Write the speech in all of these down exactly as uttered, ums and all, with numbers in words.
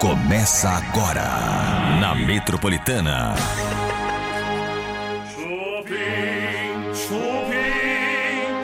Começa agora na Metropolitana. Chupim, chupim,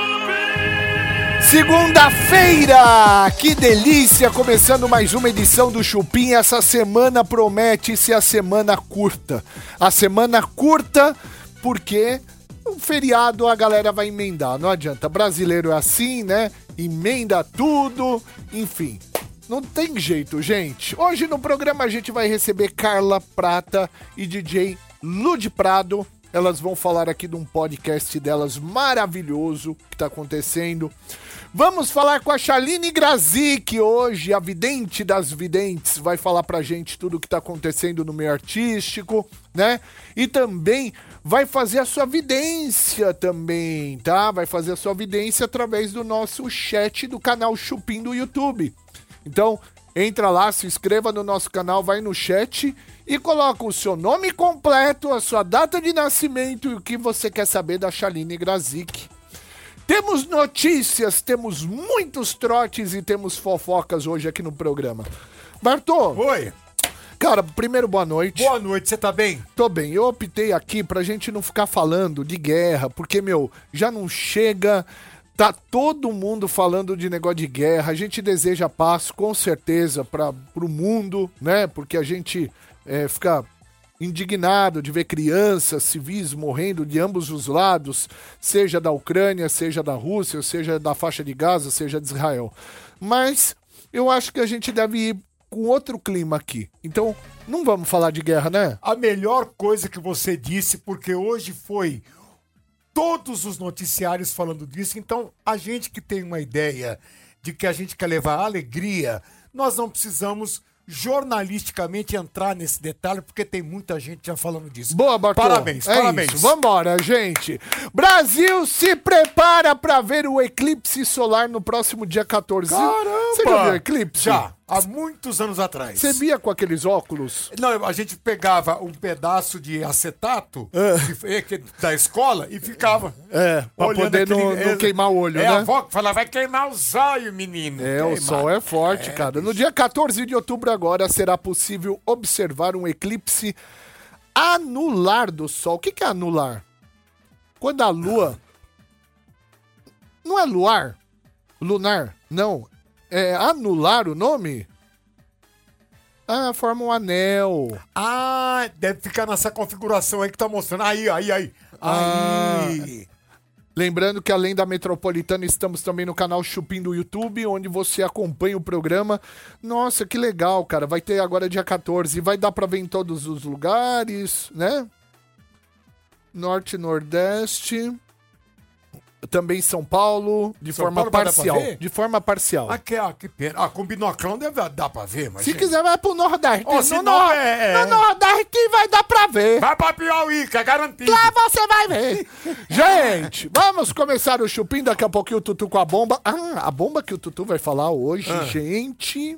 chupim. Segunda-feira! Que delícia! Começando mais uma edição do Chupim. Essa semana promete ser a semana curta. A semana curta porque o feriado a galera vai emendar. Não adianta. Brasileiro é assim, né? Emenda tudo. Enfim. Não tem jeito, gente. Hoje no programa a gente vai receber Carla Prata e D J Lud Prado. Elas vão falar aqui de um podcast delas maravilhoso que tá acontecendo. Vamos falar com a Chaline Grazik hoje, a vidente das videntes. Vai falar pra gente tudo o que tá acontecendo no meio artístico, né? E também vai fazer a sua vidência também, tá? Vai fazer a sua vidência através do nosso chat do canal Chupim do YouTube. Então, entra lá, se inscreva no nosso canal, vai no chat e coloca o seu nome completo, a sua data de nascimento e o que você quer saber da Chaline Grazik. Temos notícias, temos muitos trotes e temos fofocas hoje aqui no programa. Bartô. Oi. Cara, primeiro, boa noite. Boa noite, você tá bem? Tô bem. Eu optei aqui pra gente não ficar falando de guerra, porque, meu, já não chega... Tá todo mundo falando de negócio de guerra, a gente deseja paz, com certeza, para pro mundo, né? Porque a gente é, fica indignado de ver crianças, civis morrendo de ambos os lados, seja da Ucrânia, seja da Rússia, seja da faixa de Gaza, seja de Israel. Mas eu acho que a gente deve ir com outro clima aqui. Então, não vamos falar de guerra, né? A melhor coisa que você disse, porque hoje foi... todos os noticiários falando disso, então a gente que tem uma ideia de que a gente quer levar alegria, nós não precisamos jornalisticamente entrar nesse detalhe, porque tem muita gente já falando disso. Boa, Bartô. Parabéns, é parabéns. Isso. Vambora, gente. Brasil se prepara para ver o eclipse solar no próximo dia quatorze. Caramba! Você já viu o eclipse? Já, há muitos anos atrás. Você via com aqueles óculos? Não, a gente pegava um pedaço de acetato É. que- da escola e ficava. É, pra olhando poder não, aquele- não queimar o olho, é, né? a avó que fala, vai queimar os olhos, menino. É, o Queimar. sol é forte, É, cara. No bicho. dia quatorze de outubro agora será possível observar um eclipse anular do sol. O que que é anular? Quando a lua... Não é luar? Lunar? Não. É anular o nome? Ah, forma um anel. Ah, deve ficar nessa configuração aí que tá mostrando. Aí, aí, aí. Ah. Aí. Lembrando que além da Metropolitana, estamos também no canal Chupim do YouTube, onde você acompanha o programa. Nossa, que legal, cara. Vai ter agora dia quatorze. Vai dar pra ver em todos os lugares, né? Norte e Nordeste. Também São Paulo, de São forma Paulo vai dar pra parcial. ver? De forma parcial. Ah, que, ah, que pena. Ah, com binoclão deve dar pra ver, mas. Se gente, quiser, vai pro Nordeste. Ó, no, se não, Nor- é- é. no Nordeste vai dar pra ver. Vai pra Piauí, que é garantido. Lá você vai ver. Gente, vamos começar o Chupim. Daqui a pouquinho o Tutu com a bomba. Ah, a bomba que o Tutu vai falar hoje, Ah. gente,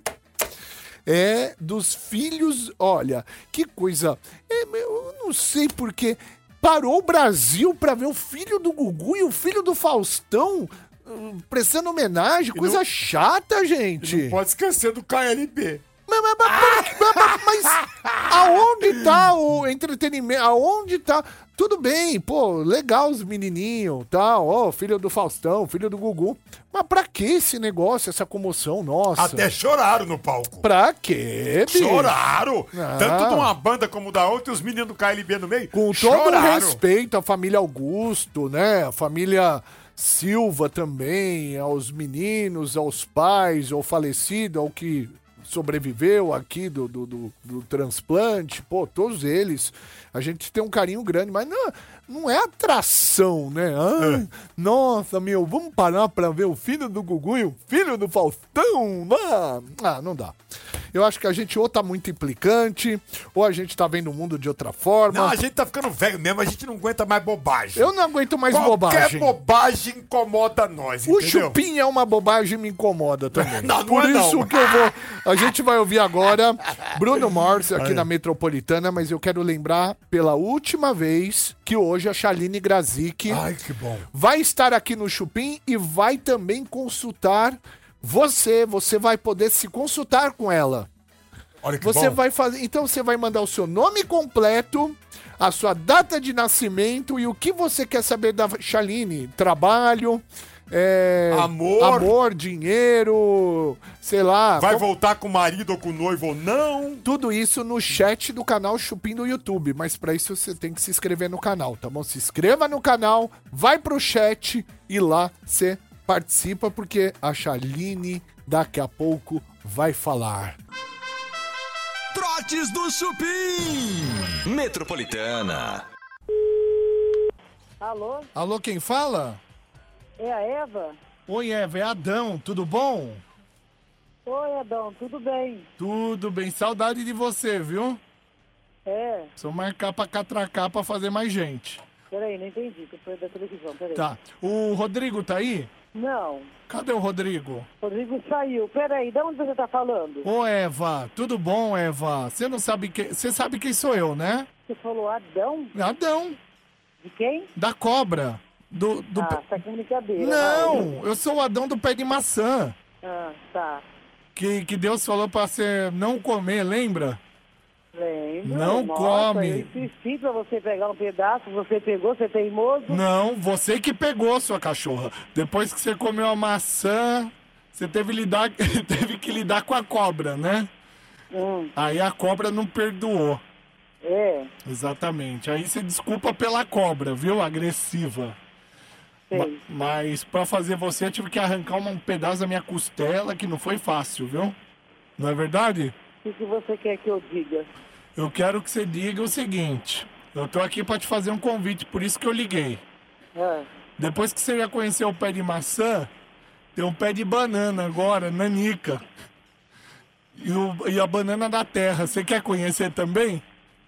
é dos filhos. Olha, que coisa. É, eu não sei porque parou o Brasil pra ver o filho do Gugu e o filho do Faustão hum, prestando homenagem. Coisa não- chata, gente. Não pode esquecer do K L B. Mas, mas, mas, mas, mas aonde tá o entretenimento? Aonde tá? Tudo bem, pô, legal os menininhos, tal, ó, filho do Faustão, filho do Gugu. Mas pra que esse negócio, essa comoção, nossa? Até choraram no palco. Pra quê, bicho? Choraram! Ah. Tanto de uma banda como da outra, e os meninos do K L B no meio. Com todo choraram. respeito à família Augusto, né? A família Silva também, aos meninos, aos pais, ao falecido, ao que sobreviveu aqui do, do, do, do transplante, pô, todos eles. A gente tem um carinho grande, mas não, não é atração, né? Ai, É. Nossa, meu, vamos parar pra ver o filho do Gugu e o filho do Faustão? Ah, ah, não dá. Eu acho que a gente ou tá muito implicante, ou a gente tá vendo o mundo de outra forma. Não, a gente tá ficando velho mesmo, a gente não aguenta mais bobagem. Eu não aguento mais Qualquer bobagem. bobagem incomoda nós, O entendeu? Chupim é uma bobagem e me incomoda também. Não, não Por é isso não. que eu vou... A gente vai ouvir agora Bruno Mars aqui Ai. na Metropolitana, mas eu quero lembrar pela última vez que hoje a Chaline Grazik Ai, que bom. vai estar aqui no Chupim e vai também consultar você. Você vai poder se consultar com ela. Olha que você bom. vai fazer. Então você vai mandar o seu nome completo, a sua data de nascimento e o que você quer saber da Chaline. Trabalho, é, Amor. amor, dinheiro, sei lá. Vai com- voltar com o marido ou com o noivo ou não? Tudo isso no chat do canal Chupim do YouTube. Mas pra isso você tem que se inscrever no canal, tá bom? Se inscreva no canal, vai pro chat e lá você participa, porque a Chaline daqui a pouco vai falar. Trotes do Chupim. Metropolitana. Alô? Alô, quem fala? É a Eva? Oi, Eva, é Adão, tudo bom? Oi, Adão, tudo bem? Tudo bem, saudade de você, viu? É, Só marcar pra catracar pra fazer mais gente. peraí, não entendi, que eu fui da televisão, peraí. Tá, o Rodrigo tá aí? Não, Cadê o Rodrigo? Rodrigo saiu. Peraí, de onde você tá falando? Ô, Eva, tudo bom, Eva? Você não sabe quem... Você sabe quem sou eu, né? Você falou Adão? Adão, De quem? da cobra. Do, do... Ah, pe- tá com brincadeira. vai. Não, eu sou o Adão do pé de maçã. Ah, tá. Que, que Deus falou pra você não comer, lembra? Lembro. Não Nossa, come. eu insisti pra você pegar um pedaço, você pegou, você é teimoso. Não, você que pegou, sua cachorra. Depois que você comeu a maçã, você teve, lidar, teve que lidar com a cobra, né? Hum, Aí a cobra não perdoou. é, Exatamente. Aí você desculpa pela cobra, viu? Agressiva. Ma- sei. mas pra fazer você, eu tive que arrancar um pedaço da minha costela, que não foi fácil, viu? Não é verdade? O que você quer que eu diga? Eu quero que você diga o seguinte. Eu tô aqui pra te fazer um convite, por isso que eu liguei. Ah, Depois que você já conheceu o pé de maçã, tem um pé de banana agora, nanica. E, o- e a banana da terra, você quer conhecer também?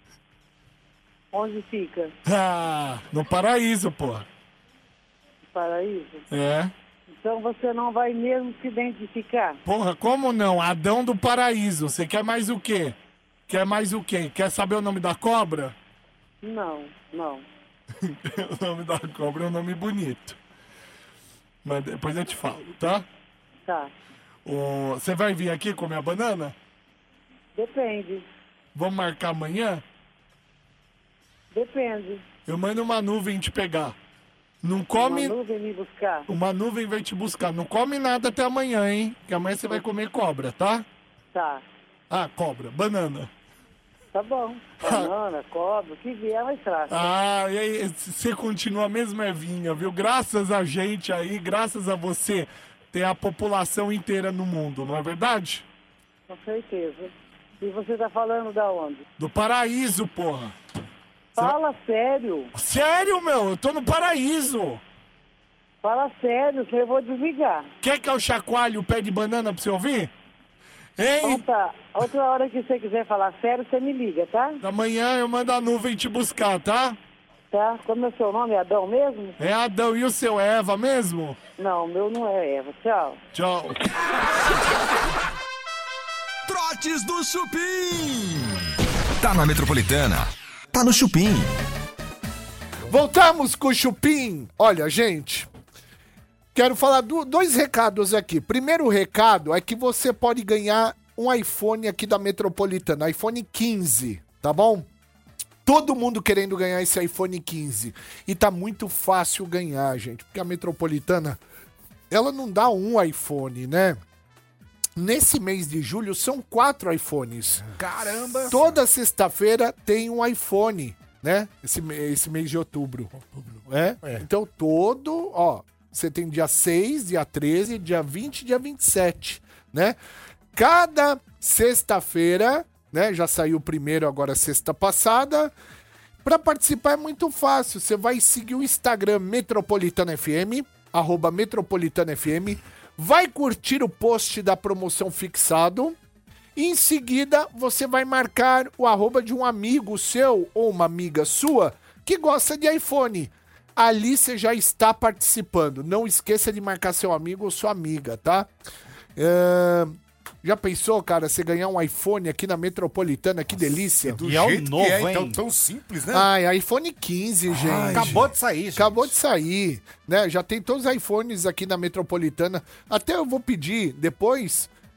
onde fica? Ah, no paraíso, pô. Paraíso? É. Então você não vai mesmo se identificar? Porra, como não? Adão do paraíso. Você quer mais o quê? Quer mais o quê? Quer saber o nome da cobra? Não, não. O nome da cobra é um nome bonito. Mas depois eu te falo, tá? Tá. Ô, Você vai vir aqui comer a banana? Depende. Vamos marcar amanhã? Depende. Eu mando uma nuvem te pegar. Não come. Uma nuvem me buscar. Uma nuvem vai te buscar. Não come nada até amanhã, hein? Que amanhã você vai comer cobra, tá? Tá. Ah, cobra, banana. Tá bom. Banana, cobra, o que vier mais fácil. Ah, e aí, você continua mesmo, Evinha, viu? Graças a gente aí, graças a você, tem a população inteira no mundo, não é verdade? Com certeza. E você tá falando da onde? Do paraíso, porra. Fala sério. Sério, meu? Eu tô no paraíso. Fala sério, senão eu vou desligar. Quer que eu chacoalhe o pé de banana pra você ouvir? Então Hein? tá. Outra hora que você quiser falar sério, você me liga, tá? Amanhã eu mando a nuvem te buscar, tá? Tá? Como é o seu nome? É Adão mesmo? É Adão. E o seu é Eva mesmo? Não, o meu não é Eva. Tchau. Tchau. Trotes do Chupim. Tá na Metropolitana. Tá no Chupim. Voltamos com o Chupim. Olha, gente, quero falar do- dois recados aqui. Primeiro recado é que você pode ganhar um iPhone aqui da Metropolitana, iPhone quinze, tá bom? Todo mundo querendo ganhar esse iPhone quinze. E tá muito fácil ganhar, gente, porque a Metropolitana, ela não dá um iPhone, né? Nesse mês de julho são quatro iPhones. Caramba! Toda sexta-feira tem um iPhone, né? Esse, me- esse mês de outubro. É? É. Então todo, ó, você tem dia seis, dia treze, dia vinte e dia vinte e sete, né? Cada sexta-feira, né? Já saiu o primeiro agora sexta passada. Para participar é muito fácil. Você vai seguir o Instagram Metropolitana F M, arroba Metropolitana F M, vai curtir o post da promoção fixado e em seguida você vai marcar o arroba de um amigo seu ou uma amiga sua que gosta de iPhone. Ali você já está participando. Não esqueça de marcar seu amigo ou sua amiga, tá? É, Já pensou, cara, você ganhar um iPhone aqui na Metropolitana? Que delícia. Do E é o jeito novo, que é, hein? então tão simples, né? Ai, iPhone quinze, gente. Acabou de sair, gente. Acabou de sair, né? Já tem todos os iPhones aqui na Metropolitana. Até eu vou pedir depois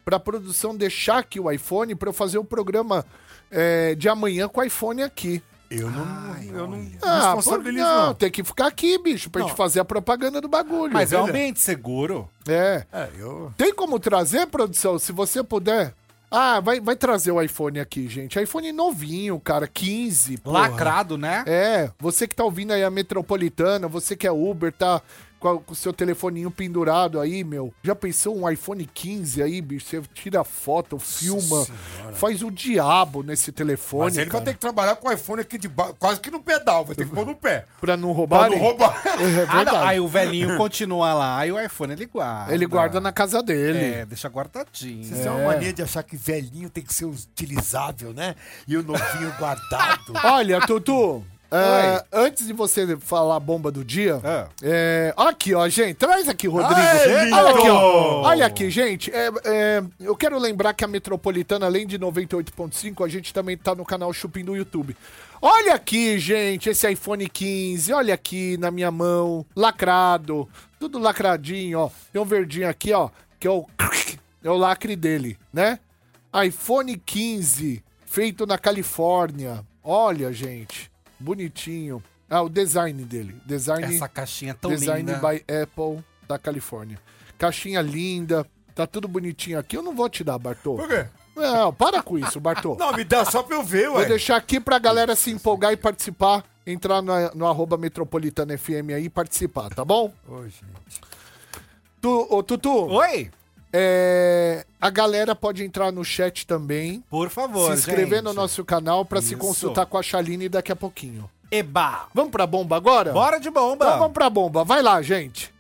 pra produção deixar aqui o iPhone pra eu fazer o programa é, de amanhã com o iPhone aqui. Eu não, Ai, eu não Ah, responsabilizo, não, não. tem que ficar aqui, bicho, pra Não. gente fazer a propaganda do bagulho. Mas é um Beleza? ambiente seguro. É. É, eu... Tem como trazer, produção, se você puder? Ah, vai, vai trazer o iPhone aqui, gente. iPhone novinho, cara, quinze. porra. Lacrado, né? É, você que tá ouvindo aí a Metropolitana, você que é Uber, tá com, a- com o seu telefoninho pendurado aí, meu. Já pensou um iPhone quinze aí, bicho? Você tira foto, filma, faz o diabo nesse telefone, Mas ele cara, vai ter que trabalhar com o iPhone aqui de baixo, quase que no pedal, vai ter que pôr no pé. pra não Pra roubar. não roubar. É Ah, não. verdade. Aí o velhinho continua lá e o iPhone ele guarda. Ele guarda na casa dele. É, deixa guardadinho. Vocês têm uma mania de achar que velhinho tem que ser utilizável, né? E o novinho guardado. Olha, Tutu, é, antes de você falar a bomba do dia, Ah. é, aqui, ó, gente, traz aqui, Rodrigo. Ai, lindo! Olha aqui, ó. Olha aqui, gente. é, é, eu quero lembrar que a Metropolitana, além de noventa e oito ponto cinco, a gente também tá no canal Chupim do YouTube. Olha aqui, gente, esse iPhone quinze, olha aqui na minha mão, lacrado, tudo lacradinho, ó. Tem um verdinho aqui, ó, que é o, é o lacre dele, né? iPhone quinze, feito na Califórnia. Olha, gente, bonitinho. Ah, o design dele. Design, Essa caixinha tão design linda. by Apple da Califórnia. Caixinha linda, tá tudo bonitinho aqui. Eu não vou te dar, Bartô. Por quê? Não, para com isso, Bartô. Não, me dá só pra eu ver, Vou ué. deixar aqui pra galera se empolgar e participar. Entrar no, no arroba Metropolitana F M aí e participar, tá bom? Ô, gente. Tu, ô, Tutu, Oi? é, a galera pode entrar no chat também. Por favor, se inscrever gente. no nosso canal pra se Isso. consultar com a Chaline daqui a pouquinho. Eba! Vamos pra bomba agora? Bora de bomba! Então vamos pra bomba. Vai lá, gente.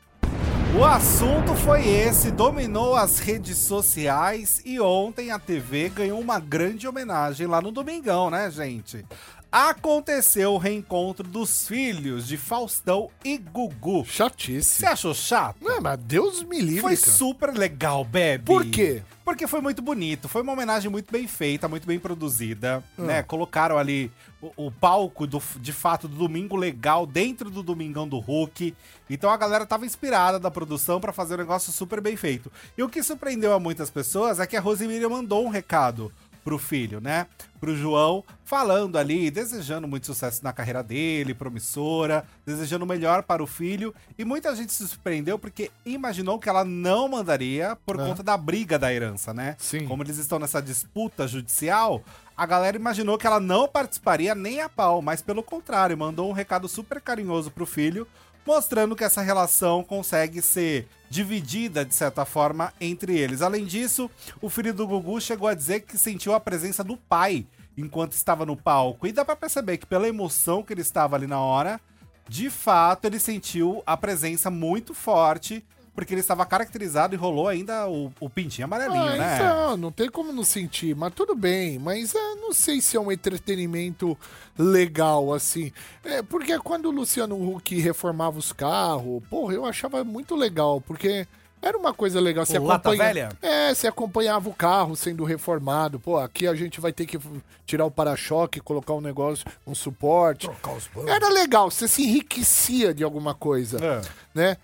O assunto foi esse, dominou as redes sociais e ontem a T V ganhou uma grande homenagem lá no Domingão, né, gente? Aconteceu o reencontro dos filhos de Faustão e Gugu. Chatice. Você achou chato? Não, mas Deus me livre, Foi cara. super legal, Bebe. Por quê? Porque foi muito bonito, foi uma homenagem muito bem feita, muito bem produzida, Ah. né? Colocaram ali o, o palco, do, de fato, do Domingo Legal dentro do Domingão do Hulk. Então a galera tava inspirada da produção pra fazer um negócio super bem feito. E o que surpreendeu a muitas pessoas é que a Rosemília mandou um recado pro filho, né? Pro João, falando ali, desejando muito sucesso na carreira dele, promissora, desejando o melhor para o filho. E muita gente se surpreendeu porque imaginou que ela não mandaria por É. conta da briga da herança, né? Sim. Como eles estão nessa disputa judicial, a galera imaginou que ela não participaria nem a pau, mas pelo contrário, mandou um recado super carinhoso pro filho, mostrando que essa relação consegue ser dividida, de certa forma, entre eles. Além disso, o filho do Gugu chegou a dizer que sentiu a presença do pai enquanto estava no palco. E dá pra perceber que pela emoção que ele estava ali na hora, de fato, ele sentiu a presença muito forte, porque ele estava caracterizado e rolou ainda o, o pintinho amarelinho, Ah, né? então, não tem como não sentir, mas tudo bem. Mas é, não sei se é um entretenimento legal, assim. É, porque quando o Luciano Huck reformava os carros, porra, eu achava muito legal, porque era uma coisa legal. Você O Lata acompanha... Velha? É, você acompanhava o carro sendo reformado. Pô, aqui a gente vai ter que tirar o para-choque, colocar um negócio, um suporte. Trocar os bancos. Era legal, você se enriquecia de alguma coisa, É. né?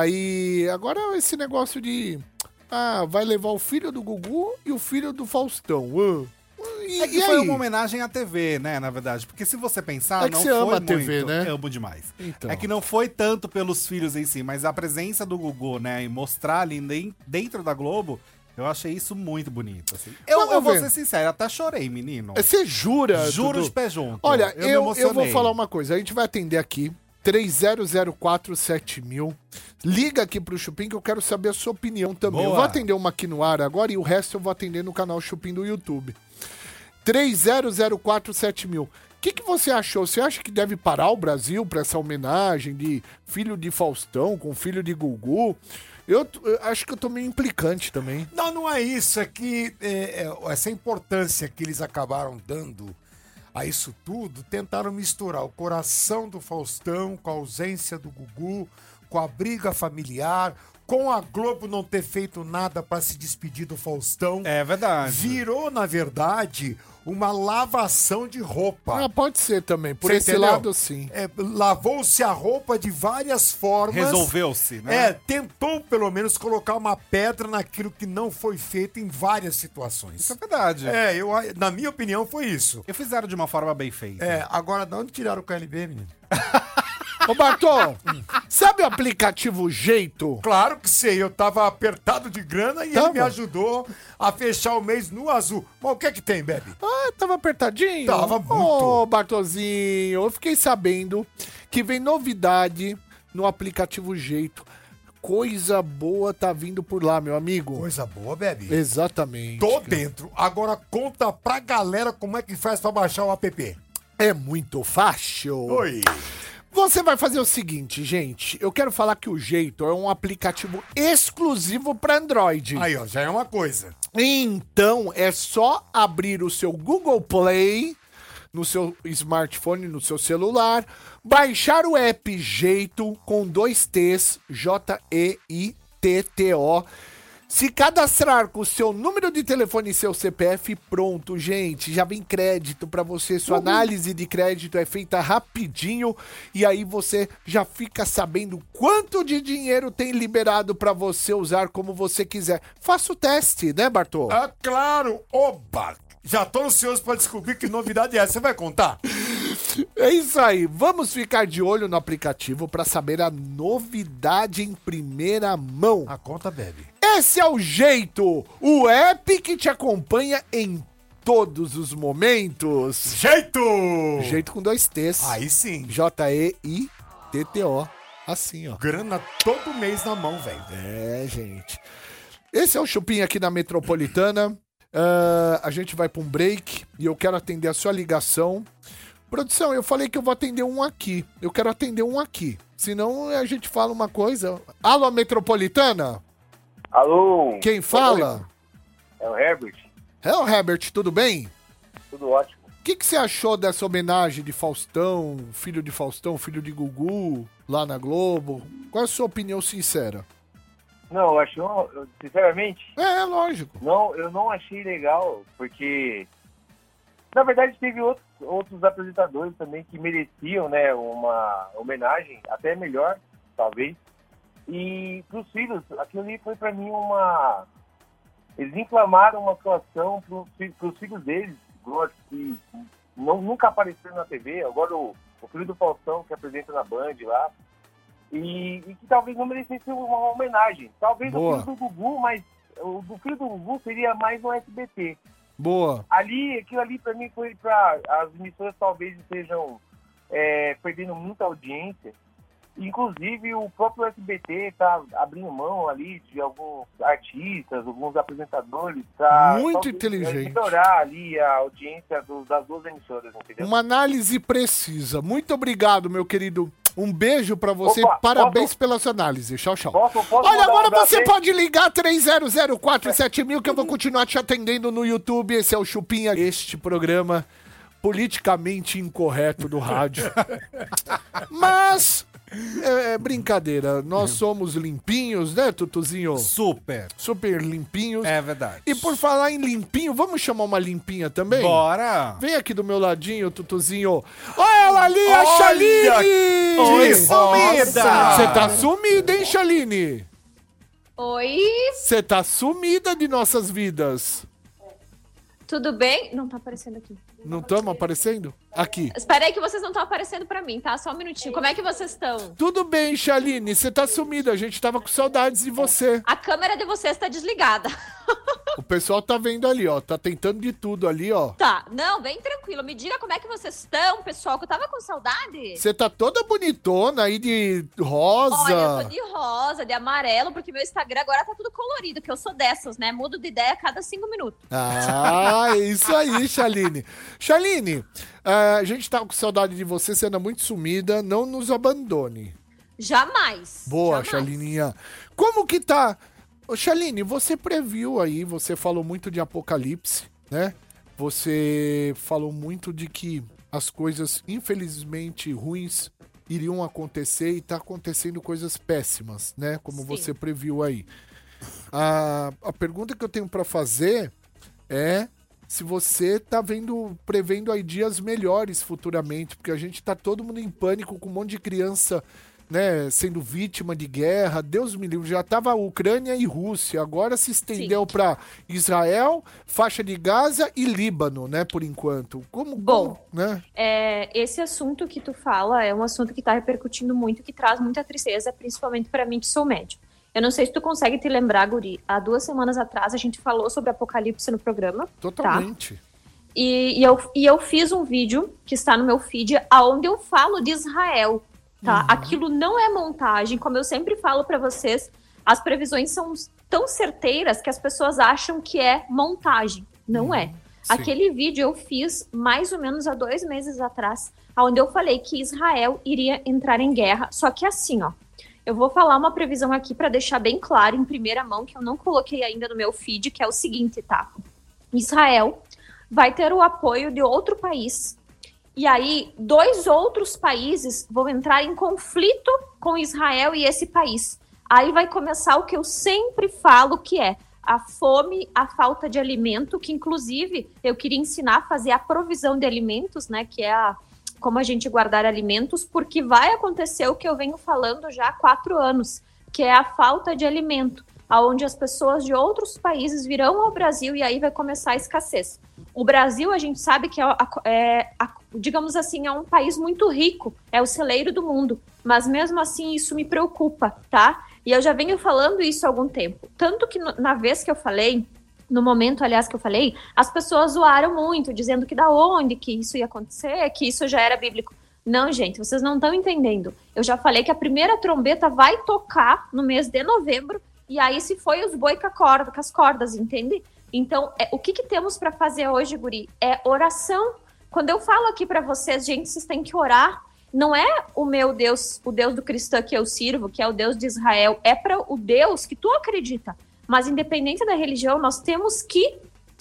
Aí, agora esse negócio de... Ah, vai levar o filho do Gugu e o filho do Faustão. Ah, e, É que e foi aí? uma homenagem à T V, né, na verdade. Porque se você pensar, É que não você foi ama a muito... T V, né? Eu amo demais. Então. É que não foi tanto pelos filhos em si, mas a presença do Gugu, né, e mostrar ali nem- dentro da Globo, eu achei isso muito bonito, assim. Eu, Vamos eu vou ver. ser sincero, até chorei, menino. Você jura, Juro Dudu? de pé junto. Olha, eu, me eu, eu vou emocionei. falar uma coisa. A gente vai atender aqui, três zero zero quatro sete mil. Liga aqui pro Chupim que eu quero saber a sua opinião também. Boa. Eu vou atender uma aqui no ar agora e o resto eu vou atender no canal Chupim do YouTube. três zero zero quatro sete mil. O que, que você achou? Você acha que deve parar o Brasil pra essa homenagem de filho de Faustão com filho de Gugu? Eu, t- eu acho que eu tô meio implicante também. Não, não é isso. É que é, é, essa importância que eles acabaram dando a isso tudo, tentaram misturar o coração do Faustão com a ausência do Gugu, com a briga familiar, com a Globo não ter feito nada pra se despedir do Faustão, É verdade. virou, na verdade, uma lavação de roupa. Ah, pode ser também. Por Você esse entendeu? lado, sim. É, lavou-se a roupa de várias formas. Resolveu-se, né? É, tentou pelo menos colocar uma pedra naquilo que não foi feito em várias situações. Isso é verdade. É, eu, na minha opinião foi isso. E fizeram de uma forma bem feita. É, agora de onde tiraram o K L B, menino? Ô, Bartô, sabe o aplicativo Jeito? Claro que sei, eu tava apertado de grana e Tava? ele me ajudou a fechar o mês no azul. Mas o que é que tem, Bebe? Ah, tava apertadinho? Tava muito. Ô, Bartozinho, eu fiquei sabendo que vem novidade no aplicativo Jeito. Coisa boa tá vindo por lá, meu amigo. Coisa boa, Bebe. Exatamente. Tô cara. dentro. Agora conta pra galera como é que faz pra baixar o app. É muito fácil. Oi. Você vai fazer o seguinte, gente. Eu quero falar que o Jeito é um aplicativo exclusivo para Android. Aí, ó, já é uma coisa. Então, é só abrir o seu Google Play no seu smartphone, no seu celular, baixar o app Jeito com dois T's, J E I T T O. Se cadastrar com o seu número de telefone e seu C P F, pronto, gente. Já vem crédito pra você. Sua análise de crédito é feita rapidinho e aí você já fica sabendo quanto de dinheiro tem liberado pra você usar como você quiser. Faça o teste, né, Bartô? Ah, claro. Oba! Já tô ansioso pra descobrir que novidade é essa. Você vai contar? É isso aí. Vamos ficar de olho no aplicativo pra saber a novidade em primeira mão. A conta, Bebe. Esse é o Jeito, o app que te acompanha em todos os momentos. Jeito! Jeito com dois T's. Aí sim. J E I T T O. Assim, ó. Grana todo mês na mão, velho. É, gente. Esse é o Chupim aqui na Metropolitana. Ah, a gente vai pra um break e eu quero atender a sua ligação. Produção, eu falei que eu vou atender um aqui. Eu quero atender um aqui. Senão a gente fala uma coisa. Alô, Metropolitana? Alô? Quem fala? É o Herbert? É o Herbert, tudo bem? Tudo ótimo. O que, que você achou dessa homenagem de Faustão, filho de Faustão, filho de Gugu, lá na Globo? Qual é a sua opinião sincera? Não, eu acho, eu, sinceramente, É, é lógico. não, eu não achei legal, porque, na verdade, teve outros, outros apresentadores também que mereciam, né, uma homenagem, até melhor, talvez. E pros filhos, aquilo ali foi pra mim uma... Eles inflamaram uma situação pros, pros filhos deles, que não, nunca apareceram na T V, agora o, o filho do Faustão, que apresenta na Band lá, e, e que talvez não merecesse uma homenagem. Talvez Boa. o filho do Gugu, mas o do filho do Gugu seria mais no S B T. Boa. Ali, aquilo ali pra mim foi pra... As emissoras talvez estejam é, perdendo muita audiência. Inclusive, o próprio S B T está abrindo mão ali de alguns artistas, alguns apresentadores para Muito inteligente. melhorar ali a audiência do, das duas emissoras, entendeu? Uma análise precisa. Muito obrigado, meu querido. Um beijo pra você. Opa, Parabéns posso- pela sua análise. Tchau, tchau. Posso, posso Olha, mandar um agora abraço você aí? pode ligar três zero zero quatro sete mil que eu vou continuar te atendendo no YouTube. Esse é o Chupinha, este programa politicamente incorreto do rádio. Mas, é, é brincadeira. Nós somos limpinhos, né, Tutuzinho? Super. Super limpinhos. É verdade. E por falar em limpinho, vamos chamar uma limpinha também? Bora. Vem aqui do meu ladinho, Tutuzinho. Olha ela ali, a Olha Chaline! Oi, sumida! Você tá sumida, hein, Chaline? Oi, Você tá sumida de nossas vidas. tudo bem? Não tá aparecendo aqui. Não estamos aparecendo? Aqui. Espera aí que vocês não estão aparecendo pra mim, tá? Só um minutinho. Como é que vocês estão? Tudo bem, Chaline, você tá sumida. A gente tava com saudades de você. A câmera de vocês tá desligada. O pessoal tá vendo ali, ó. Tá tentando de tudo ali, ó. Tá, não, bem tranquilo. Me diga como é que vocês estão, pessoal, que eu tava com saudade. Você tá toda bonitona aí de rosa. Olha, eu tô de rosa, de amarelo, porque meu Instagram agora tá tudo colorido, que eu sou dessas, né? Mudo de ideia a cada cinco minutos. Ah, é isso aí, Chaline. Chaline, ah, a gente tá com saudade de você, você anda muito sumida, não nos abandone. Jamais. Boa, jamais. Chalininha. Como que tá? Ô, Chaline, você previu aí, você falou muito de apocalipse, né? Você falou muito de que as coisas, infelizmente, ruins iriam acontecer e tá acontecendo coisas péssimas, né? Como Sim. você previu aí. A, a pergunta que eu tenho para fazer é se você tá vendo, prevendo aí dias melhores futuramente, porque a gente tá todo mundo em pânico com um monte de criança, né, sendo vítima de guerra. Deus me livre, já tava Ucrânia e Rússia, agora se estendeu para Israel, faixa de Gaza e Líbano, né, por enquanto. Como, Bom, como, né? É, esse assunto que tu fala é um assunto que tá repercutindo muito, que traz muita tristeza, principalmente para mim que sou médica. Eu não sei se tu consegue te lembrar, Guri, há duas semanas atrás a gente falou sobre Apocalipse no programa. Totalmente. Tá? E, e, eu, e eu fiz um vídeo que está no meu feed, onde eu falo de Israel, tá? Uhum. Aquilo não é montagem, como eu sempre falo para vocês, as previsões são tão certeiras que as pessoas acham que é montagem. Não uhum. é. Sim. Aquele vídeo eu fiz mais ou menos há dois meses atrás, onde eu falei que Israel iria entrar em guerra, só que assim, ó, eu vou falar uma previsão aqui para deixar bem claro, em primeira mão, que eu não coloquei ainda no meu feed, que é o seguinte, tá? Israel vai ter o apoio de outro país, e aí dois outros países vão entrar em conflito com Israel e esse país. Aí vai começar o que eu sempre falo, que é a fome, a falta de alimento, que inclusive eu queria ensinar a fazer a provisão de alimentos, né, que é a como a gente guardar alimentos, porque vai acontecer o que eu venho falando já há quatro anos, que é a falta de alimento, onde as pessoas de outros países virão ao Brasil e aí vai começar a escassez. O Brasil, a gente sabe que é, é, é digamos assim, é um país muito rico, é o celeiro do mundo, mas mesmo assim isso me preocupa, tá? E eu já venho falando isso há algum tempo. Tanto que no, na vez que eu falei, no momento, aliás, que eu falei, as pessoas zoaram muito, dizendo que da onde que isso ia acontecer, que isso já era bíblico. Não, gente, vocês não estão entendendo. Eu já falei que a primeira trombeta vai tocar no mês de novembro, e aí se foi os boi com, a corda, com as cordas, entende? Então, é, o que, que temos para fazer hoje, Guri? É oração. Quando eu falo aqui para vocês, gente, vocês têm que orar. Não é o meu Deus, o Deus do cristão que eu sirvo, que é o Deus de Israel, é para o Deus que tu acredita. Mas independente da religião, nós temos que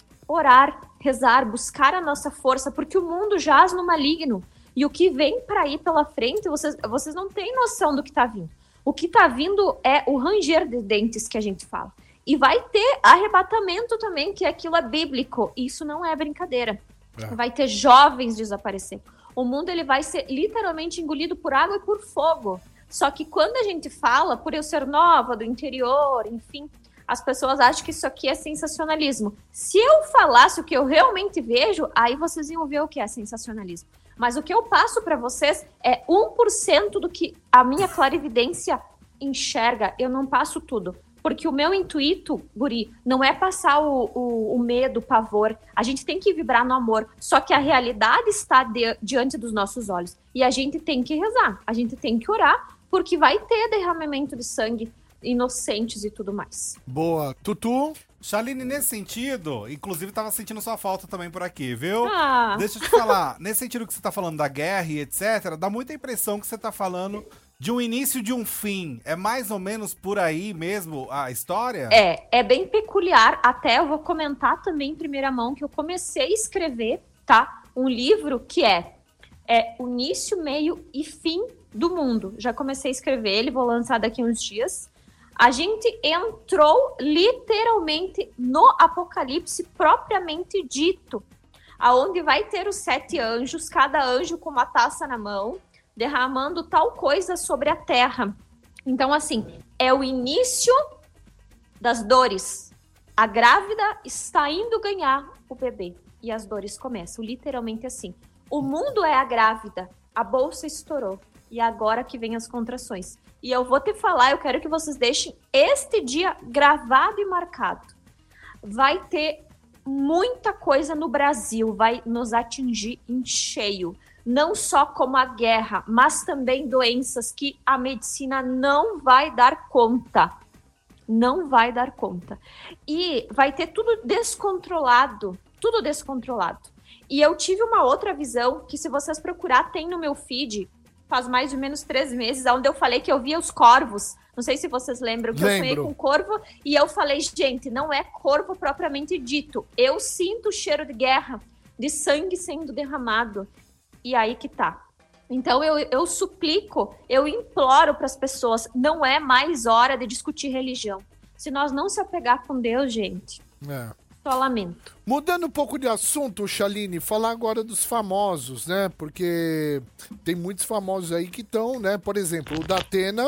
orar, rezar, buscar a nossa força, porque o mundo jaz no maligno. E o que vem para ir pela frente, vocês, vocês não têm noção do que está vindo. O que está vindo é o ranger de dentes que a gente fala. E vai ter arrebatamento também, que aquilo é bíblico. Isso não é brincadeira. É. Vai ter jovens desaparecendo. O mundo ele vai ser literalmente engolido por água e por fogo. Só que quando a gente fala, por eu ser nova, do interior, enfim, as pessoas acham que isso aqui é sensacionalismo. Se eu falasse o que eu realmente vejo, aí vocês iam ver o que é sensacionalismo. Mas o que eu passo para vocês é um por cento do que a minha clarividência enxerga. Eu não passo tudo. Porque o meu intuito, Guri, não é passar o, o, o medo, o pavor. A gente tem que vibrar no amor. Só que a realidade está de, diante dos nossos olhos. E a gente tem que rezar. A gente tem que orar, porque vai ter derramamento de sangue inocentes e tudo mais. Boa. Tutu? Chaline, nesse sentido, inclusive tava sentindo sua falta também por aqui, viu? Ah. Deixa eu te falar, nesse sentido que você tá falando da guerra e etcétera, dá muita impressão que você tá falando de um início de um fim. É mais ou menos por aí mesmo a história? É, é bem peculiar. Até eu vou comentar também em primeira mão que eu comecei a escrever, tá? Um livro que é, é o início, meio e fim do mundo. Já comecei a escrever ele, vou lançar daqui uns dias. A gente entrou literalmente no Apocalipse propriamente dito, aonde vai ter os sete anjos, cada anjo com uma taça na mão, derramando tal coisa sobre a terra. Então, assim, é o início das dores. A grávida está indo ganhar o bebê e as dores começam, literalmente assim. O mundo é a grávida, a bolsa estourou e agora que vem as contrações. E eu vou te falar, eu quero que vocês deixem este dia gravado e marcado. Vai ter muita coisa no Brasil, vai nos atingir em cheio. Não só como a guerra, mas também doenças que a medicina não vai dar conta. Não vai dar conta. E vai ter tudo descontrolado, tudo descontrolado. E eu tive uma outra visão, que se vocês procurar, tem no meu feed, faz mais ou menos três meses, onde eu falei que eu via os corvos. Não sei se vocês lembram, que Lembro. eu sonhei com corvo, e eu falei, gente, não é corvo propriamente dito. Eu sinto o cheiro de guerra, de sangue sendo derramado. E aí que tá. Então eu, eu suplico, eu imploro para as pessoas, não é mais hora de discutir religião. Se nós não se apegar com Deus, gente, É. só lamento. Mudando um pouco de assunto, Chaline, falar agora dos famosos, né? Porque tem muitos famosos aí que estão, né? Por exemplo, o Datena.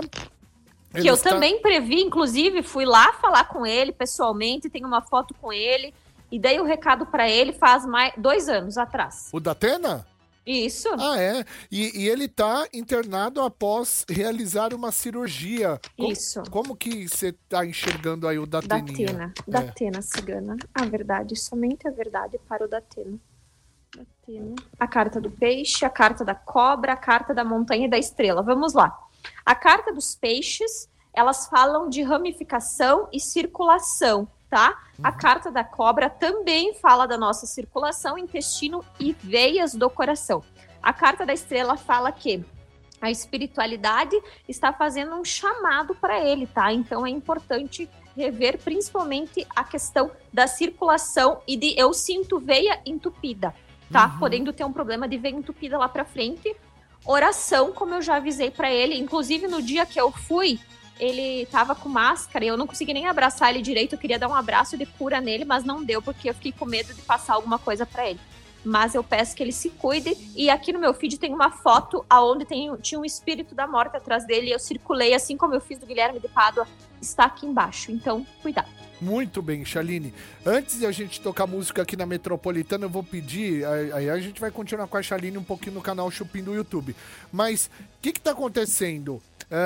Que eu também previ, inclusive, fui lá falar com ele pessoalmente, tenho uma foto com ele, e dei o recado para ele faz mais dois anos atrás. O Datena? Isso. Ah, é. E, e ele tá internado após realizar uma cirurgia. Como, Isso. Como que você tá enxergando aí o Dateninha? Datena. É. Datena cigana. A verdade, somente a verdade para o Datena. Datena. A carta do peixe, a carta da cobra, a carta da montanha e da estrela. Vamos lá. A carta dos peixes, elas falam de ramificação e circulação, tá? A carta da cobra também fala da nossa circulação, intestino e veias do coração. A carta da estrela fala que a espiritualidade está fazendo um chamado para ele, tá? Então é importante rever principalmente a questão da circulação e de eu sinto veia entupida, tá? Uhum. Podendo ter um problema de veia entupida lá para frente. Oração, como eu já avisei para ele, inclusive no dia que eu fui, ele tava com máscara e eu não consegui nem abraçar ele direito, eu queria dar um abraço de cura nele, mas não deu, porque eu fiquei com medo de passar alguma coisa para ele. Mas eu peço que ele se cuide, e aqui no meu feed tem uma foto aonde tem, tinha um espírito da morte atrás dele, e eu circulei, assim como eu fiz do Guilherme de Pádua, está aqui embaixo, então cuidado. Muito bem, Chaline. Antes de a gente tocar música aqui na Metropolitana, eu vou pedir, aí a gente vai continuar com a Chaline um pouquinho no canal Chupim do YouTube. Mas o que que tá acontecendo?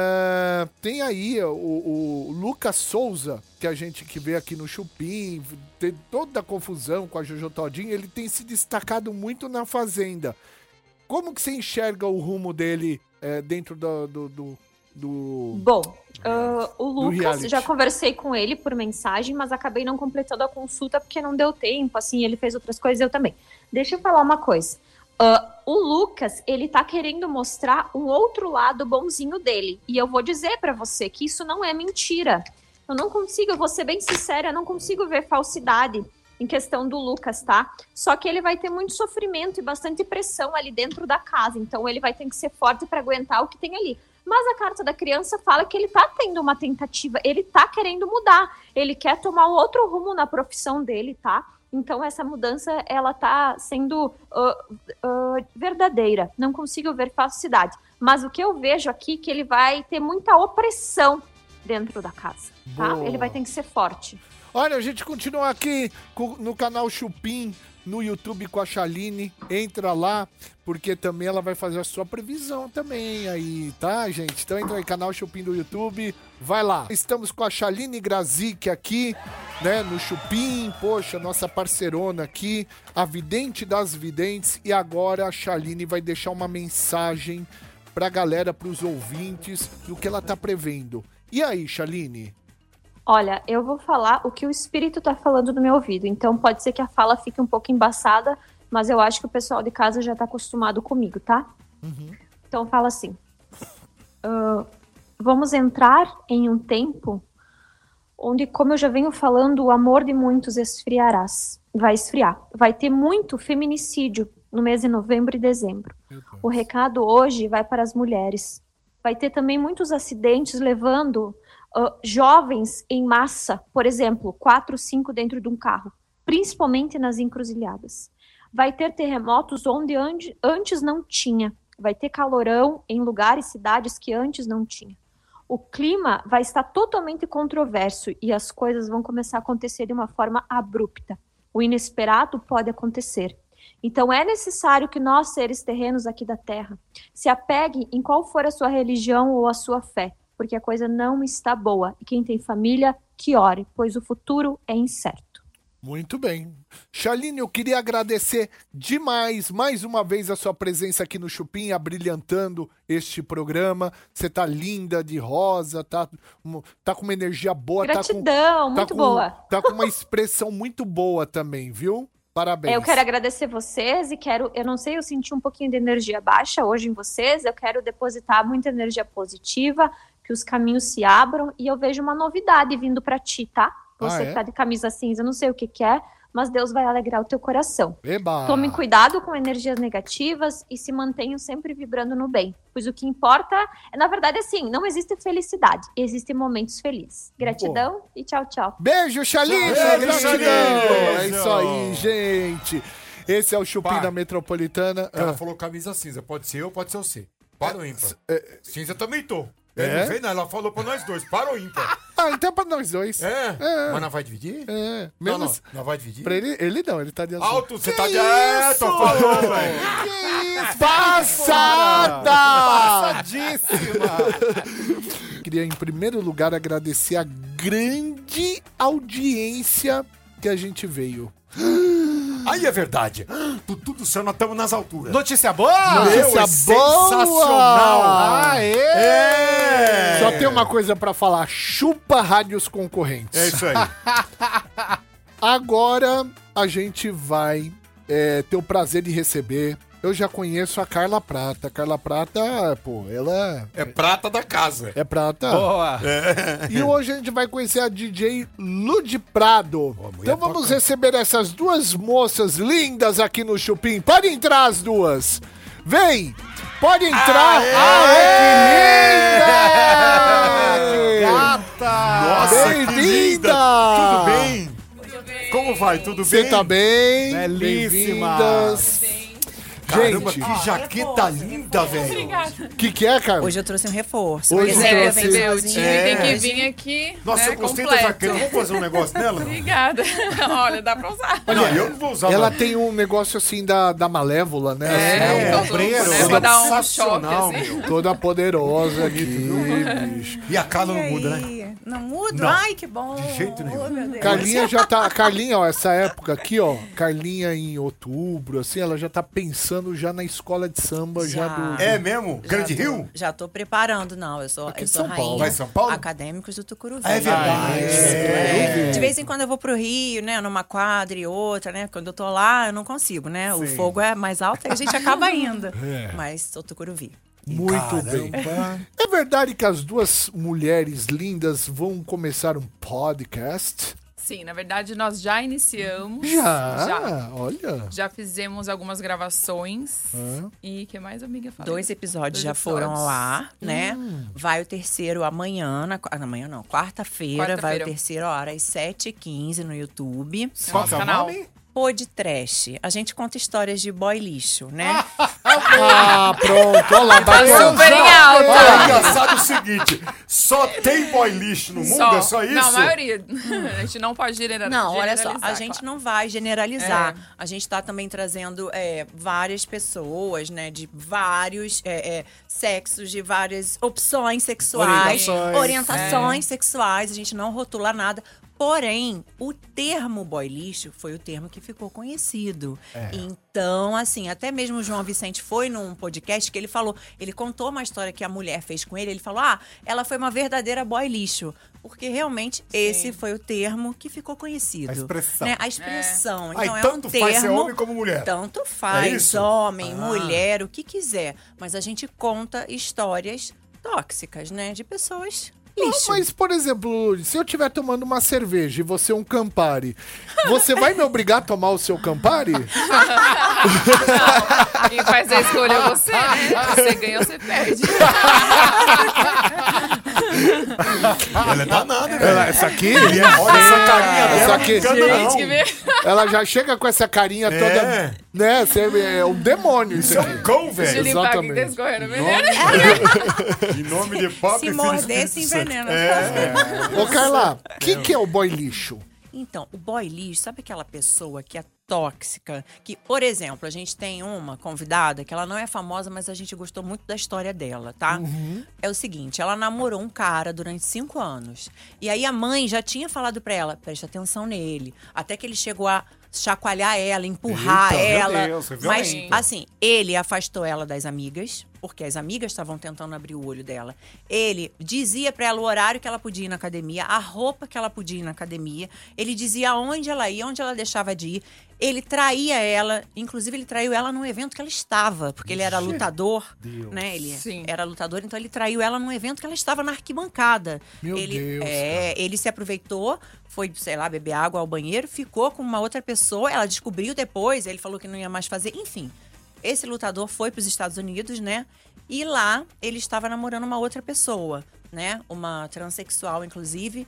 Uh, tem aí o, o Lucas Souza, que a gente que vê aqui no Chupim, tem toda a confusão com a Jojo Todinho, ele tem se destacado muito na Fazenda. Como que você enxerga o rumo dele é, dentro do... do, do, do... Bom, uh, o Lucas, reality. já conversei com ele por mensagem, mas acabei não completando a consulta porque não deu tempo, assim, ele fez outras coisas, eu também. Deixa eu falar uma coisa. Uh, o Lucas, ele tá querendo mostrar um outro lado bonzinho dele. E eu vou dizer pra você que isso não é mentira. Eu não consigo, eu vou ser bem sincera, eu não consigo ver falsidade em questão do Lucas, tá? Só que ele vai ter muito sofrimento e bastante pressão ali dentro da casa. Então ele vai ter que ser forte pra aguentar o que tem ali. Mas a carta da criança fala que ele tá tendo uma tentativa, ele tá querendo mudar. Ele quer tomar um outro rumo na profissão dele, tá? Então, essa mudança, ela tá sendo uh, uh, verdadeira. Não consigo ver falsidade. Mas o que eu vejo aqui é que ele vai ter muita opressão dentro da casa, tá? Boa. Ele vai ter que ser forte. Olha, a gente continua aqui com- no canal Chupim, no YouTube com a Chaline. Entra lá, porque também ela vai fazer a sua previsão também aí, tá, gente? Então entra aí, canal Chupim do YouTube, vai lá. Estamos com a Chaline Grazik aqui, né, no Chupim, poxa, nossa parceirona aqui, a vidente das videntes, e agora a Chaline vai deixar uma mensagem pra galera, pros ouvintes, do que ela tá prevendo. E aí, Chaline? Olha, eu vou falar o que o espírito tá falando no meu ouvido. Então, pode ser que a fala fique um pouco embaçada, mas eu acho que o pessoal de casa já tá acostumado comigo, tá? Uhum. Então, fala assim. Uh, vamos entrar em um tempo onde, como eu já venho falando, o amor de muitos esfriarás. Vai esfriar. Vai ter muito feminicídio no mês de novembro e dezembro. O recado hoje vai para as mulheres. Vai ter também muitos acidentes levando uh, jovens em massa, por exemplo, quatro, cinco dentro de um carro, principalmente nas encruzilhadas. Vai ter terremotos onde ande, antes não tinha. Vai ter calorão em lugares e cidades que antes não tinha. O clima vai estar totalmente controverso e as coisas vão começar a acontecer de uma forma abrupta. O inesperado pode acontecer. Então é necessário que nós, seres terrenos aqui da Terra, se apeguem em qual for a sua religião ou a sua fé, porque a coisa não está boa. E quem tem família, que ore, pois o futuro é incerto. Muito bem. Chaline, eu queria agradecer demais, mais uma vez, a sua presença aqui no Chupim, abrilhantando este programa. Você tá linda, de rosa, tá, tá com uma energia boa. Gratidão, tá com, muito tá com, boa. Tá com uma expressão muito boa também, viu? Parabéns. Eu quero agradecer vocês e quero, eu não sei, eu senti um pouquinho de energia baixa hoje em vocês, eu quero depositar muita energia positiva, que os caminhos se abram, e eu vejo uma novidade vindo pra ti, tá? Você Ah, é? que tá de camisa cinza, eu não sei o que que é, mas Deus vai alegrar o teu coração. Eba. Tome cuidado com energias negativas e se mantenham sempre vibrando no bem. Pois o que importa é, na verdade, assim, não existe felicidade, existem momentos felizes. Gratidão e tchau, tchau. Beijo, Xalinho! Beijo, Gratidão! Xalinho! É isso aí, gente. Esse é o Chupim Pá. da Metropolitana. Ela Ah. falou camisa cinza. Pode ser eu, pode ser você. Para ou ímpar? é- Cinza também tô. É? É? Não sei não, ela falou pra nós dois. Para ou ímpar? Ah, então é pra nós dois. É? É. Mas não vai dividir? É. Não, Menos... não. Não vai dividir? Pra ele, ele não, ele tá de azul. Alto, você Que tá de... É, isso? tô falando, velho. Que isso? Passada! Passadíssima! Queria, em primeiro lugar, agradecer a grande audiência que a gente veio. Aí é verdade. Tudo do céu, nós estamos nas alturas. Notícia boa! Meu, Notícia é sensacional. Aê! É! Só tem uma coisa pra falar: chupa rádios concorrentes. É isso aí. Agora a gente vai é, ter o prazer de receber. Eu já conheço a Carla Prata. A Carla Prata, pô, ela É prata da casa. é prata. Boa! E hoje a gente vai conhecer a D J Lud Prado. Pô, mulher Então vamos toca. receber essas duas moças lindas aqui no Chupim. Pode entrar as duas. Vem! Pode entrar! Aê, que linda! Gata! Nossa, que Bem-vinda! linda! Tudo bem? Como vai? Tudo Você bem? tá bem? Belíssima. Bem-vindas. Caramba, Gente, que jaqueta linda, velho. o que, que é, Carla? Hoje eu trouxe um reforço. Hoje porque você sempre eu trouxe- venho Meu sozinha. time É. tem que vir aqui. Nossa, né, eu gostei completo. da jaqueta. Vamos fazer um negócio nela? Obrigada. Olha, dá pra usar. Não, eu não vou usar. Ela mas- tem um negócio assim da, da Malévola, né? É, Assim, é, ó, um ombreiro. né, pra dar um choque, Sensacional, assim. meu. toda poderosa aqui, bicho. E a Carla não E muda, né? aí? Não muda? Não. Ai, que bom. De jeito nenhum. Oh, meu Deus. Carlinha já tá. Carlinha, ó, essa época aqui, ó. Carlinha em outubro, assim, ela já tá pensando já na escola de samba, já, Já. do. É mesmo? Já Grande tô- Rio? Já tô preparando, não. Eu sou, Aqui eu de sou São Paulo. rainha. Vai em São Paulo? Acadêmicos do Tucuruvi. É verdade. É. De vez em quando eu vou pro Rio, né? Numa quadra e outra, né? Quando eu tô lá, eu não consigo, né? O fogo é mais alto e a gente acaba indo. É. Mas sou Tucuruvi. Muito bem. É verdade que as duas mulheres lindas vão começar um podcast? Sim, na verdade, nós já iniciamos. Já? Já, Olha. Já fizemos algumas gravações. E o que mais, amiga? Fala. Dois episódios Dois já episódios. foram ao ar, né? Hum. Vai o terceiro amanhã, na, ah, amanhã não, quarta-feira, vai Quarta-feira. o terceiro a hora às sete e quinze no YouTube. Qual que é o canal. nome? Pod Trash. A gente conta histórias de boy lixo, né? Ah, pronto. Olha lá, bateu. Super em alta. Olha, é engraçado o seguinte: só tem boy lixo no mundo? É só isso? Não, a maioria. A gente não pode generalizar. Não, olha só, a generalizar, gente claro. não vai generalizar. É. A gente tá também trazendo é, várias pessoas, né, de vários é, é, sexos, de várias opções sexuais, Orientações. orientações sexuais. A gente não rotula nada. Porém, o termo boy lixo foi o termo que ficou conhecido. Então, assim, até mesmo o João Vicente foi num podcast que ele falou, ele contou uma história que a mulher fez com ele, ele falou, ah, ela foi uma verdadeira boy lixo. Porque realmente esse foi o termo que ficou conhecido. A expressão. Né? A expressão. Aí Então, é tanto um faz ser termo, homem como mulher. Tanto É faz, isso? homem, Ah. mulher, o que quiser. Mas a gente conta histórias tóxicas, né? De pessoas Não, lixo. mas, por exemplo, Lourdes, se eu estiver tomando uma cerveja e você um Campari, você vai me obrigar a tomar o seu Campari? Quem faz a escolha é você, né? Você ganha ou você perde. Ela é danada, velho. Ela, essa aqui? E é- olha essa carinha dela, Essa não aqui. engana, não. Gente, que vê. Ela já chega com essa carinha É. toda. Né? Você é um demônio isso Isso é aqui. um cão, De velho. limpar aqui que Exatamente. tá escorrendo. Em nome de Papa Se e Filho e morder, Espírito se Santo. envenena. É. Ô, Carla, o que, que é o boy lixo? Então, o boy lixo, sabe aquela pessoa que é tóxica? Que, por exemplo, a gente tem uma convidada que ela não é famosa, mas a gente gostou muito da história dela, tá? É o seguinte, ela namorou um cara durante cinco anos. E aí a mãe já tinha falado pra ela, preste atenção nele. Até que ele chegou a chacoalhar ela, empurrar Eita, meu ela. Deus, foi mas, violento. assim, ele afastou ela das amigas. porque as amigas estavam tentando abrir o olho dela. Ele dizia pra ela o horário que ela podia ir na academia, a roupa que ela podia ir na academia. Ele dizia onde ela ia, onde ela deixava de ir. Ele traía ela, inclusive ele traiu ela num evento que ela estava, porque ele era lutador, Deus. né? Ele Sim. era lutador, então ele traiu ela num evento que ela estava na arquibancada. Meu ele, Deus, É, ele se aproveitou, foi, sei lá, beber água ao banheiro, ficou com uma outra pessoa, ela descobriu depois, ele falou que não ia mais fazer, enfim. Esse lutador foi para os Estados Unidos, né? E lá ele estava namorando uma outra pessoa, né? Uma transexual, inclusive.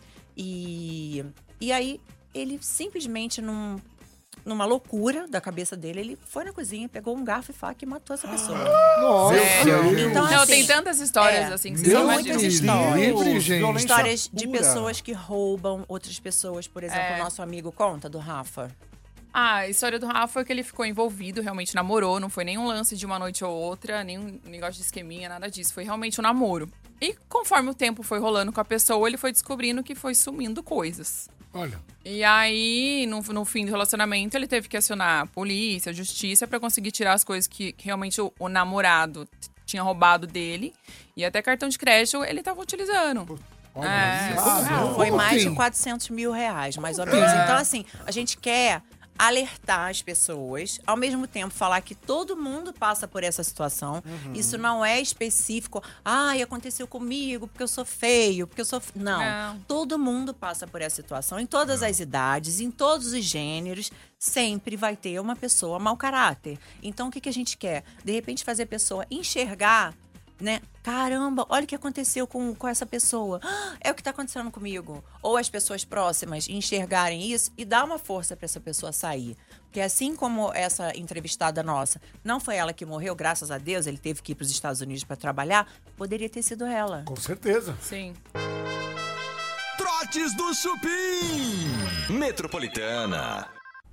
E, e aí ele simplesmente, num, numa loucura da cabeça dele, ele foi na cozinha, pegou um garfo e faca e matou essa pessoa. Nossa, É. Deus. Então, Não, assim, tem tantas histórias é, assim que Deus vocês não me imaginam. muitas livre, histórias. gente. Violência Histórias de pura. pessoas que roubam outras pessoas. Por exemplo, É. o nosso amigo conta, do Rafa. Ah, a história do Rafa foi que ele ficou envolvido, realmente namorou, não foi nenhum lance de uma noite ou outra, nenhum negócio de esqueminha, nada disso. Foi realmente um namoro. E conforme o tempo foi rolando com a pessoa, ele foi descobrindo que foi sumindo coisas. Olha. E aí, no, no fim do relacionamento, ele teve que acionar a polícia, a justiça, pra conseguir tirar as coisas que, que realmente o, o namorado t- tinha roubado dele. E até cartão de crédito ele tava utilizando. Olha. É, Ah, Foi como mais assim? de quatrocentos mil reais, mais ou menos. Então, assim, a gente quer alertar as pessoas, ao mesmo tempo falar que todo mundo passa por essa situação. Isso não é específico. Ai, aconteceu comigo porque eu sou feio, porque eu sou... f-". Não. Não. Todo mundo passa por essa situação, em todas as idades, em todos os gêneros. Sempre vai ter uma pessoa mau caráter. Então, o que, que a gente quer? De repente, fazer a pessoa enxergar, né? Caramba, olha o que aconteceu com, com essa pessoa. Ah, é o que tá acontecendo comigo. Ou as pessoas próximas enxergarem isso e dar uma força para essa pessoa sair. Porque assim como essa entrevistada nossa, não foi ela que morreu, graças a Deus, ele teve que ir para os Estados Unidos para trabalhar, poderia ter sido ela. Com certeza. Sim. Trotes do Chupim. Metropolitana.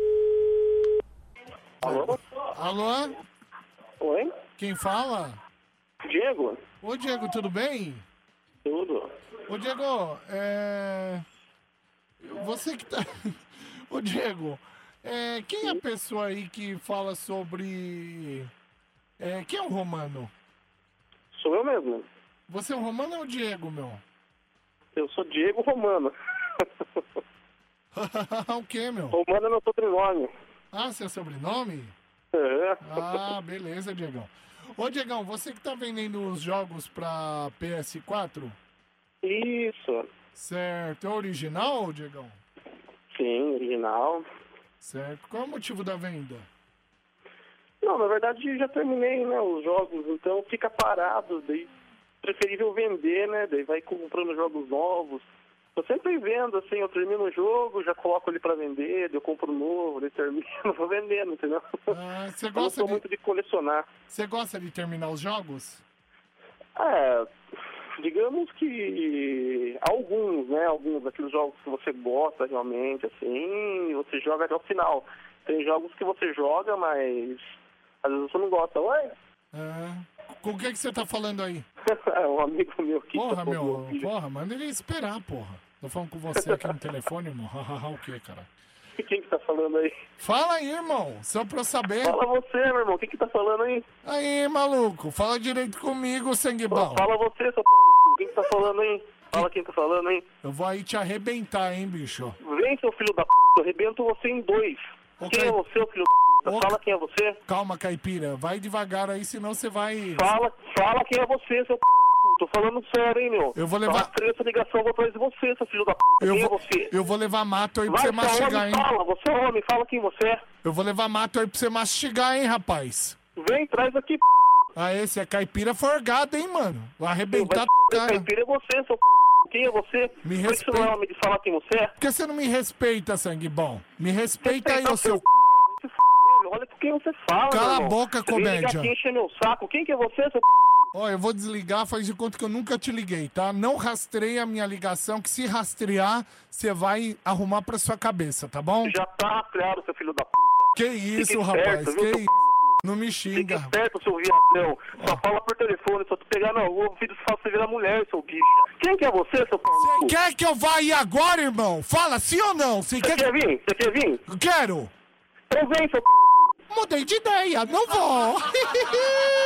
Alô? Alô? Oi? Quem fala? Diego? Ô, Diego, tudo bem? Tudo. Ô, Diego, é... Você que tá... Ô, Diego, é... quem é a pessoa aí que fala sobre... É... Quem é o Romano? Sou eu mesmo. Você é o Romano ou o Diego, meu? Eu sou Diego Romano. O quê, meu? Romano é meu sobrenome. Ah, seu sobrenome? É. Ah, beleza, Diegão. Ô, Diegão, você que tá vendendo os jogos pra P S quatro? Isso. Certo. É original, Diegão? Sim, original. Certo. Qual é o motivo da venda? Não, na verdade já terminei, né, os jogos, então fica parado, daí preferível vender, né, daí vai comprando jogos novos. Eu sempre vendo, assim, eu termino o jogo, já coloco ele pra vender, daí eu compro novo, daí termino, vou vendendo, entendeu? Ah, você Eu não gosta sou de... muito de colecionar. Você gosta de terminar os jogos? É, digamos que alguns, né, alguns daqueles jogos que você gosta realmente, assim, você joga até o final. Tem jogos que você joga, mas às vezes você não gosta. Ué? Ah, com o que, que você tá falando aí? É um amigo meu que... Porra, tá meu, falando. porra, manda ele esperar, porra. Tô falando com você aqui no telefone, irmão. Hahaha, o que, cara? Quem que tá falando aí? Fala aí, irmão, só pra eu saber. Fala você, meu irmão, quem que tá falando aí? Aí, maluco, fala direito comigo, sangue bom. Fala você, seu p... no cu. Quem que tá falando aí? Fala quem tá falando aí. Eu vou aí te arrebentar, hein, bicho. Vem, seu filho da p... eu arrebento você em dois. Ok. Quem é você, seu filho da p... Ô. Fala quem é você. Calma, caipira, vai devagar aí, senão você vai... Fala, fala quem é você, seu p... Tô falando sério, hein, meu. Eu vou levar- Tá essa ligação, eu vou atrás de você, seu filho da p... Eu Quem vou, é você? eu vou levar mato aí pra Vai, você seu mastigar, homem, hein? fala. Você é homem, fala quem você é. Eu vou levar mato aí pra você mastigar, hein, rapaz? Vem, traz aqui, p... Ah, esse é caipira forgado, hein, mano? Vou arrebentar Vai, tua cara. caipira é você, seu p... Quem é você? Me Por que você não é respeita. homem de falar quem você é? Por que você não me respeita, sangue bom? Me respeita aí, Respeitar ô seu... c****, vai se f***, olha com quem você fala, Cala meu a irmão. boca, Você vem comédia. ligar aqui, encher meu saco. Quem que é você, seu p... Ó, eu vou desligar, faz de conta que eu nunca te liguei, tá? Não rastreia a minha ligação, que se rastrear, você vai arrumar pra sua cabeça, tá bom? Já tá rastreado, seu filho da p... Que isso, Fique rapaz, esperto, que viu, seu isso? p... Não me Fique xinga. esperto, seu viadão. Só fala por telefone, só te pegar na rua, o filho fala você virar mulher, seu bicho. Quem que é você, seu p... Você quer que eu vá aí agora, irmão? Fala sim ou não? Você Você quer quer vir? Você quer vir? que... Quero. Então vem, seu p... Mudei de ideia, não vou.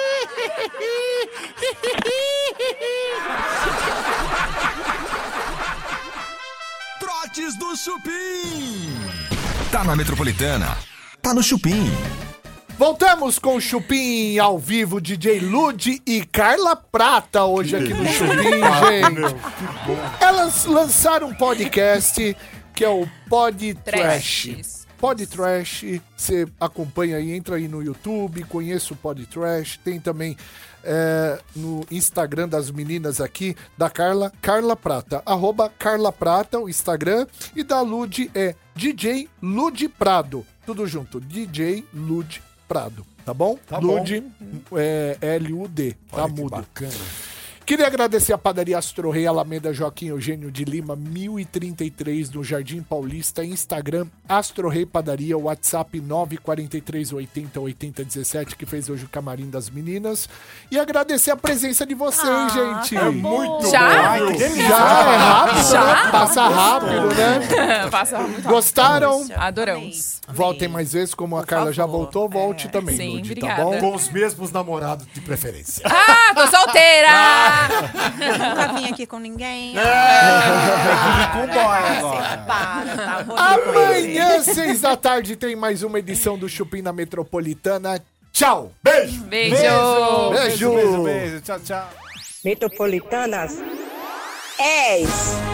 Trotes do Chupim. Tá na Metropolitana. Tá no Chupim. Voltamos com o Chupim ao vivo, D J Lud e Carla Prata hoje aqui no Chupim, gente. Elas lançaram um podcast que é o Pod Trash. Pod Trash, você acompanha aí, entra aí no YouTube, conheça o Pod Trash, tem também é, no Instagram das meninas aqui, da Carla, Carla Prata, arroba Carla Prata, o Instagram, e da Lud é D J Lud Prado, tudo junto, D J Lud Prado, tá bom? Tá Lud, bom. é L U D, tá Olha que mudo. bacana. Queria agradecer a padaria Astro Rei Alameda Joaquim Eugênio de Lima, mil e trinta e três, no Jardim Paulista, Instagram, Astro Rei Padaria, WhatsApp nove quatro três oitenta oitenta dezessete, que fez hoje o camarim das meninas. E agradecer a presença de vocês, Ah, gente. tá Muito Já? bom. Ai, que delícia. Já é rápido, Já? né? Passa rápido, né? Passa muito rápido. Gostaram? Adoramos. Amei. Voltem mais vezes, como a Por Carla já favor. voltou, volte É. também, Sim, Lud, tá obrigada. bom? Com os mesmos namorados de preferência. Ah, tô solteira! Nunca vim aqui com ninguém. Com boy agora. Para, tá? Vou vir com ele. Amanhã, seis da tarde, tem mais uma edição do Chupim na Metropolitana. Tchau! Beijo! Beijo! Beijo! Beijo, beijo. Tchau, tchau. Metropolitanas dez.